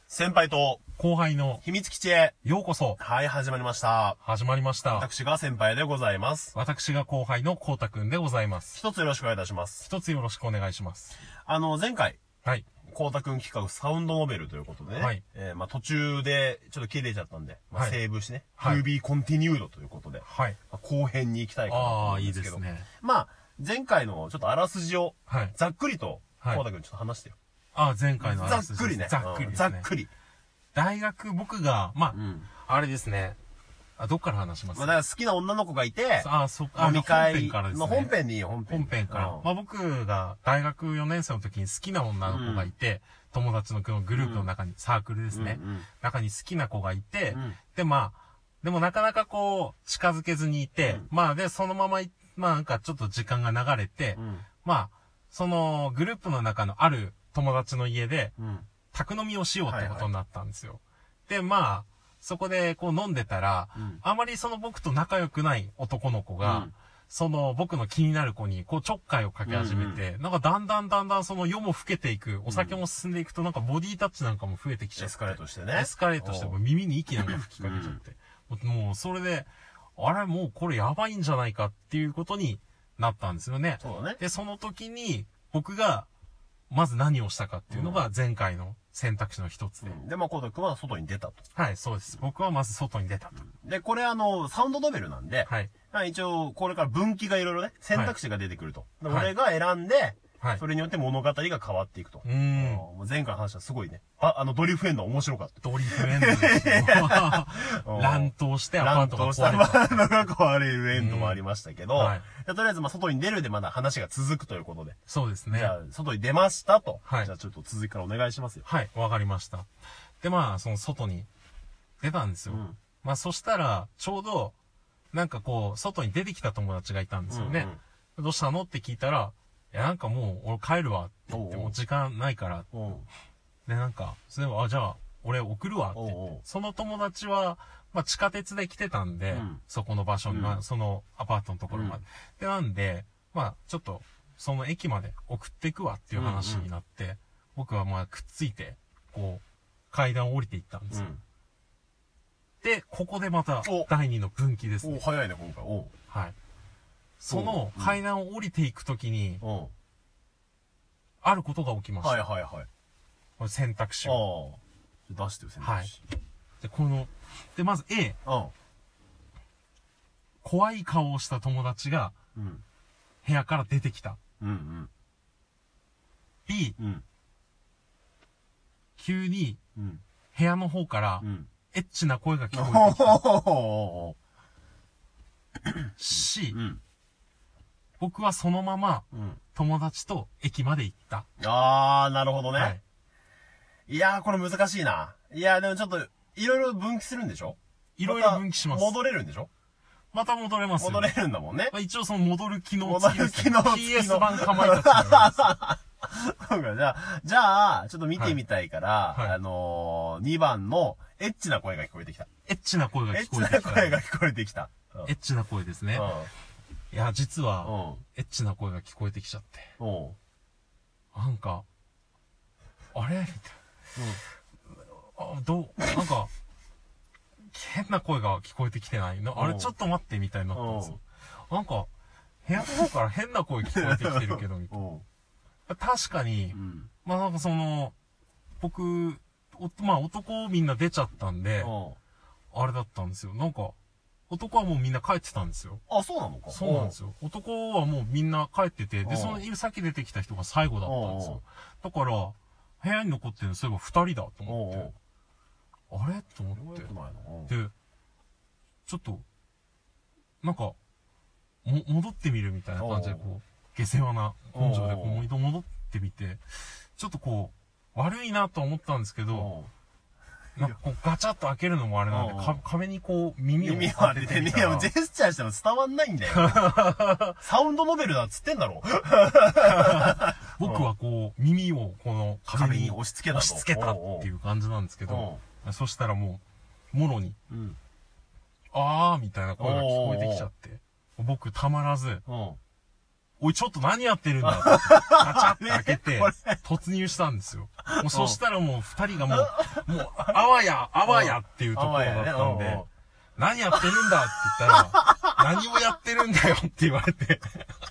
先輩と後輩の秘密基地へようこそ。 はい、始まりました。 始まりました。 私が先輩でございます。 私が後輩のこうたくんでございます。 一つよろしくお願いいたします。 一つよろしくお願いします。 前回、 はい。 こうたくん企画サウンドノベルということでね。 はい。 途中でちょっと切れちゃったんで、 はい、 セーブしてね。 はい。 To be continued ということで。 はい。 後編に行きたいかなと思うんですけど。 いいですね。 前回のちょっとあらすじを、 はい。 ざっくりと、こうたくんちょっと話してよ。 前回のあらすじ。 ざっくりね。 ざっくりですね。 ざっくり。 大学、僕が、あれですね。どっから話しますだから好きな女の子がいて、 飲み会からですね。 本編でいいよ、 本編から。僕が大学4年生の時に好きな女の子がいて、友達のグループの中に、サークルですね。中に好きな子がいて、でもなかなかこう、近づけずにいて、で、そのまま、なんかちょっと時間が流れて、そのグループの中のある友達の家で、宅飲みをしようってことになったんですよ。で、そこでこう飲んでたら、あまりその僕と仲良くない男の子が、その僕の気になる子にこうちょっかいをかけ始めて、なんかだんだんその夜も更けていく、お酒も進んでいくとなんかボディタッチなんかも増えてきちゃって。 エスカレートしてね。 エスカレートしても耳に息なんか吹きかけちゃって。もうそれで、あれもうこれやばいんじゃないかっていうことになったんですよね。 そうだね。 で、その時に僕がまず何をしたかっていうのが前回の選択肢の一つで。 で、こうたくんは外に出たと。 はい、そうです。僕はまず外に出たと。 で、これサウンドノベルなんで、 はい。 一応、これから分岐がいろいろね、選択肢が出てくると。俺が選んで、それによって物語が変わっていくと。前回の話はすごいね。ドリフエンド面白かった。 ドリフエンドですよ。乱闘してアパートが壊れた。 乱闘してアパートが壊れるエンドもありましたけど、とりあえず外に出るでまだ話が続くということで。 そうですね。 じゃあ、外に出ましたと。じゃあちょっと続きからお願いしますよ。 はい、わかりました。で、その外に出たんですよ。そしたら、ちょうど、なんかこう、外に出てきた友達がいたんですよね。どうしたのって聞いたら、いや、なんかもう、俺帰るわって言って、もう時間ないから。で、なんか、それでじゃあ、俺送るわって言って。その友達は、地下鉄で来てたんで、そこの場所に、そのアパートのところまで。で、なんで、ちょっと、その駅まで送っていくわっていう話になって、僕はくっついて、こう、階段を降りていったんですよ。で、ここでまた、第2の分岐ですね。 早いね、今回。 はい。その階段を降りていくときに、あることが起きました。これ選択肢を。 出してよ、選択肢。 で、まず A。怖い顔をした友達が、部屋から出てきた。B。急に、部屋の方から、エッチな声が聞こえてきた。C。僕はそのまま、友達と駅まで行った。 なるほどね。いやー、これ難しいな。いやー、でもちょっと、いろいろ分岐するんでしょ？ いろいろ分岐します。 戻れるんでしょ？ また戻れますよ。 戻れるんだもんね。 一応その戻る機能付きです。 戻る機能付きの PS 版構えたってそうか、じゃあ、ちょっと見てみたいから、2番のエッチな声が聞こえてきた。 エッチな声が聞こえてきた。 エッチな声が聞こえてきた。 エッチな声ですね。いや、実は、エッチな声が聞こえてきちゃって。なんか、あれみたいな。なんか、変な声が聞こえてきてないあれちょっと待ってみたいになったんですよ。なんか、部屋の方から変な声聞こえてきてるけど、みたいな。確かに、なんかその、僕、男みんな出ちゃったんで、あれだったんですよ。なんか、男はもうみんな帰ってたんですよ。 そうなのか。 そうなんですよ。男はもうみんな帰ってて、で、そのさっき出てきた人が最後だったんですよ。だから、部屋に残ってるのそういえば2人だと思って。あれと思って。で、ちょっと、なんか、戻ってみるみたいな感じで、こう、下世話な根性でこう、戻ってみて、ちょっとこう、悪いなと思ったんですけど、なんかこうガチャッと開けるのもあれなんで、壁にこう耳を当ててみたら。 いや、ジェスチャーしても伝わんないんだよ。サウンドノベルだっつってんだろ。 僕はこう、耳をこの壁に押し付けたっていう感じなんですけど、そしたらもう、もろに、みたいな声が聞こえてきちゃって、僕たまらず、 おい、ちょっと何やってるんだって、ガチャって開けて、突入したんですよ。もうそしたらもう二人がもう、あわやっていうところだったんで、何やってるんだって言ったら、何をやってるんだよって言われて、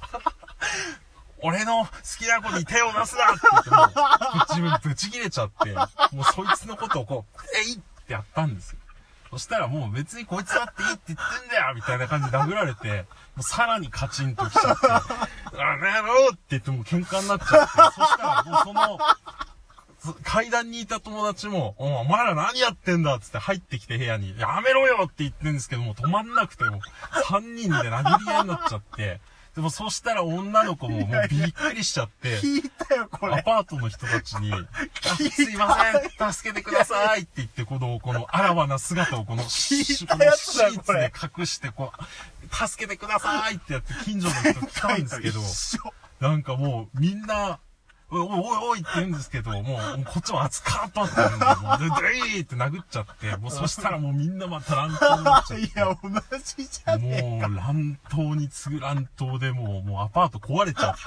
俺の好きな子に手を出すなって言ってもう、自分ブチ切れちゃって、もうそいつのことをこう、えいってやったんですよ。そしたらもう別にこいつだっていいって言ってんだよみたいな感じで殴られて、もうさらにカチンときちゃって、あの野郎って言ってもう喧嘩になっちゃって、そしたらもうその、階段にいた友達も、お前ら何やってんだっつって入ってきて部屋に、やめろよって言ってるんですけども、止まんなくても、3人で殴り合いになっちゃって、でもそしたら女の子ももうびっくりしちゃって、 聞いたよ、これ。 アパートの人たちに、すいません、助けてくださいって言って、このあらわな姿をこのシーツで隠して、こう、助けてくださいってやって近所の人来たんですけど、なんかもうみんな、おいって言うんですけど、もうこっちも熱かっとってるんで、もう、ドリーって殴っちゃって、もうそしたらもうみんなまた乱闘になっちゃって。 いや、同じじゃねえか。 もう乱闘に次ぐ乱闘でもうアパート壊れちゃ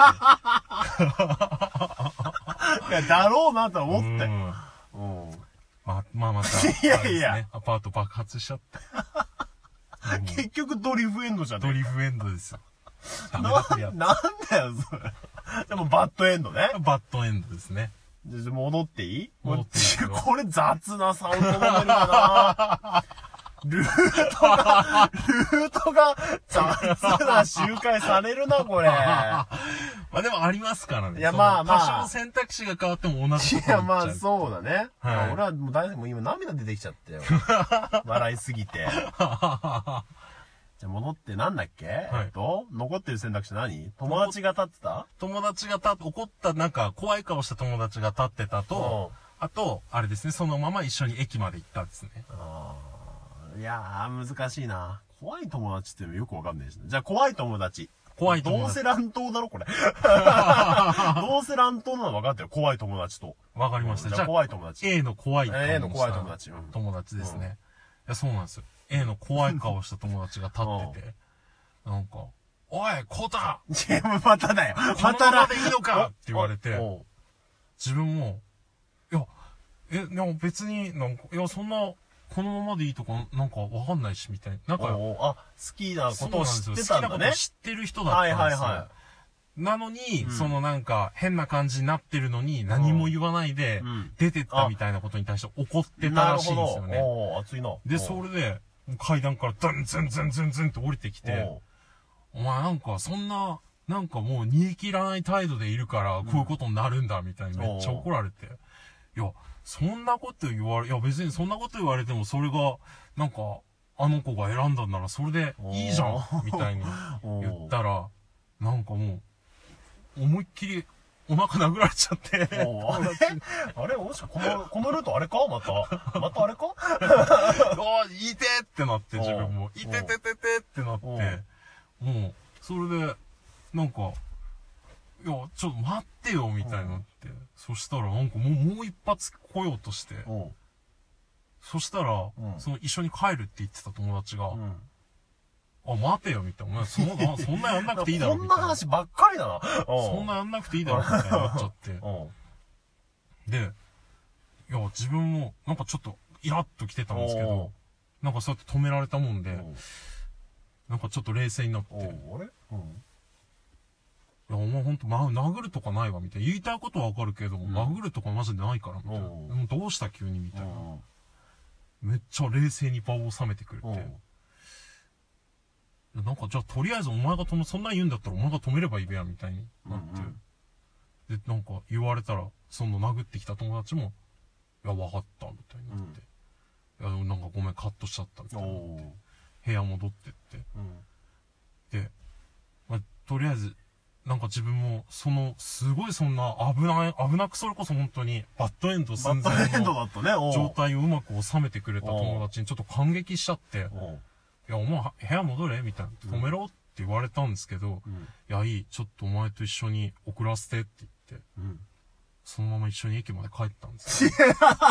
って。いや、だろうなと思って。 また、 いやいや、 アパート爆発しちゃって。 結局ドリフエンドじゃねえか。 ドリフエンドですよ。 なんだよ、それ。でもバッドエンドね。 バッドエンドですね。 じゃ戻っていい？ 戻っていいよ。 これ雑なサウンドが出るかなルートが雑な周回されるな、これ。 まあでもありますからね。 いや、まあ。 多少選択肢が変わっても同じこと。 いや、まあそうだね。 はい、 俺はもうもう今涙出てきちゃったよ。笑いすぎて。じゃあ戻ってなんだっけ、残ってる選択肢何？友達が立ってた？ 友達が怒ったなんか怖い顔した友達が立ってたと、あと、あれですね、そのまま一緒に駅まで行ったんですね。 いやー、難しいな。怖い友達っていうのよくわかんないですね。じゃあ怖い友達。 怖い友達。 どうせ乱闘だろ、これ。どうせ乱闘なの分かってる。怖い友達と。 わかりました。 じゃあ怖い友達。 A の怖い顔した。 A の怖い友達。 友達ですね。いや、そうなんですよ。A の怖い顔した友達が立ってて、なんか、おい、コータまただよ。 またらでいいのかって言われて、自分も、いや、でも別になんか、いや、そんな、このままでいいとか、なんかわかんないし、みたいな。なんか、 好きなことを知ってたんだね。 好きなことを知ってる人だったんですよ。なのに、そのなんか、変な感じになってるのに、何も言わないで、出てったみたいなことに対して怒ってたらしいんですよね。 熱いな。 で、それで、階段からズンズンズンズンズンって降りてきて、お前なんかそんな、なんかもう煮え切らない態度でいるから、こういうことになるんだ、みたいにめっちゃ怒られて。いや、そんなこといや別にそんなこと言われても、それが、なんか、あの子が選んだんならそれでいいじゃん、みたいに言ったら、なんかもう、思いっきり、お腹殴られちゃって。 あれもしこのルートあれかまたあれかいてってなって、自分も。いててててってなって、もう、それで、なんか、いや、ちょっと待ってよ、みたいになって。そしたら、なんかもう一発来ようとして。そしたら、その一緒に帰るって言ってた友達が、あ、待てよ、みたいな。そんなやんなくていいだろ、みたいな。 こんな話ばっかりだな。 そんなやんなくていいだろ、みたいになっちゃって。で、いや、自分も、なんかちょっと、イラッと来てたんですけど、なんかそうやって止められたもんで、なんかちょっと冷静になって、いや、お前ほんと、殴るとかないわ、みたいな。言いたいことはわかるけど、殴るとかマジでないから、みたいな。どうした急に、みたいな。めっちゃ冷静に場を収めてくれて。なんか、じゃあ、とりあえずお前がそんなん言うんだったらお前が止めればいいべや、みたいになって。で、なんか言われたら、その殴ってきた友達も、いや、わかった、みたいになって。いや、なんかごめん、カットしちゃった、みたいな。部屋戻ってって。で、まあ、とりあえず、なんか自分も、すごいそんな危なくそれこそ本当に、バッドエンド寸前の状態をうまく収めてくれた友達にちょっと感激しちゃって、いや、お前、部屋戻れみたいな。止めろって言われたんですけど、いや、いい、ちょっとお前と一緒に送らせてって言って、そのまま一緒に駅まで帰ったんですよ。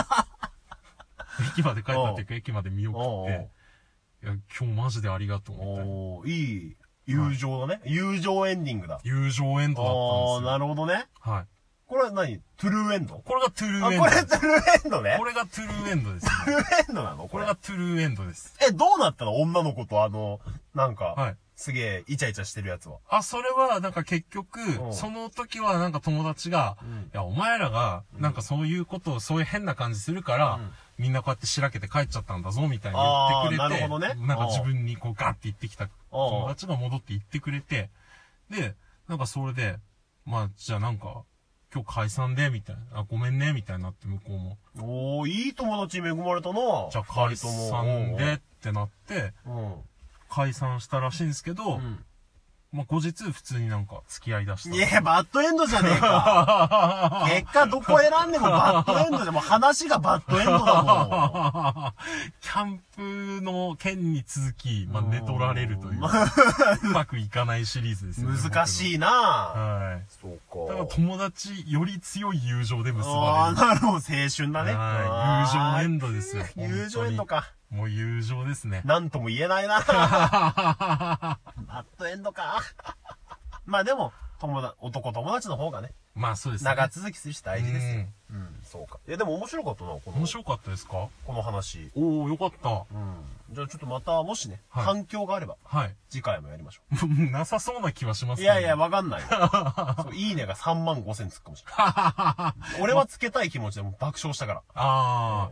駅まで帰ったっていうか、駅まで見送って、いや、今日マジでありがとうみたいな。 い友情だね。友情エンディングだ。 友情エンドだったんですよ。 なるほどね。 はい。 これは何トゥルーエンドこれがトゥルーエンド。 これトゥルーエンドね。 これがトゥルーエンドです、ね。 トゥルーエンドなのこれがトゥルーエンドです。 どうなったの女の子となんか、 はい。 すげえ、イチャイチャしてるやつは。 それは、なんか結局、その時はなんか友達が、いや、お前らが、なんかそういうことを、そういう変な感じするから、みんなこうやってしらけて帰っちゃったんだぞ、みたいに言ってくれて、 なるほどね。 なんか自分にこうガッて言ってきた友達が戻って言ってくれて、で、なんかそれで、まあ、じゃあなんか、今日解散で、みたいな。ごめんね、みたいになって向こうも。 いい友達に恵まれたな。 じゃあ解散でってなって、解散したらしいんですけど、まあ、後日普通になんか付き合い出した。 いや、バッドエンドじゃねえか。結果どこ選んでもバッドエンドでも話がバッドエンドだもん。 キャンプの件に続き、まあ、寝取られるという、うまくいかないシリーズですよね。 難しいなはい。 そうか。 だから友達、より強い友情で結ばれる。 なるほど、青春だね。 友情エンドですよ。 友情エンドか。 もう友情ですね。 なんとも言えないなバッドエンドか。まあでも、男友達の方がね。 まあそうですね。 長続きするし大事ですよ。そうか。でも面白かったな、 面白かったですかこの話。 よかった。 じゃあちょっとまた、もしね、反響があれば、次回もやりましょう。なさそうな気はしますね。いやいや、わかんないよ。いいねが35000つくかもしれない。俺はつけたい気持ちでも爆笑したから。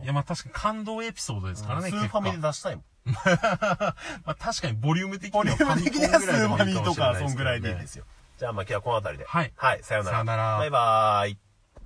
いやまあ確かに感動エピソードですからね、 スーファミで出したいもん。 まあ確かにボリューム的にはボリューム的にはスーファミとか、そんぐらいでいいでですよ。じゃあまあ今日はこの辺りで。 はい。 はい、さよなら。 さよなら。 バイバーイ。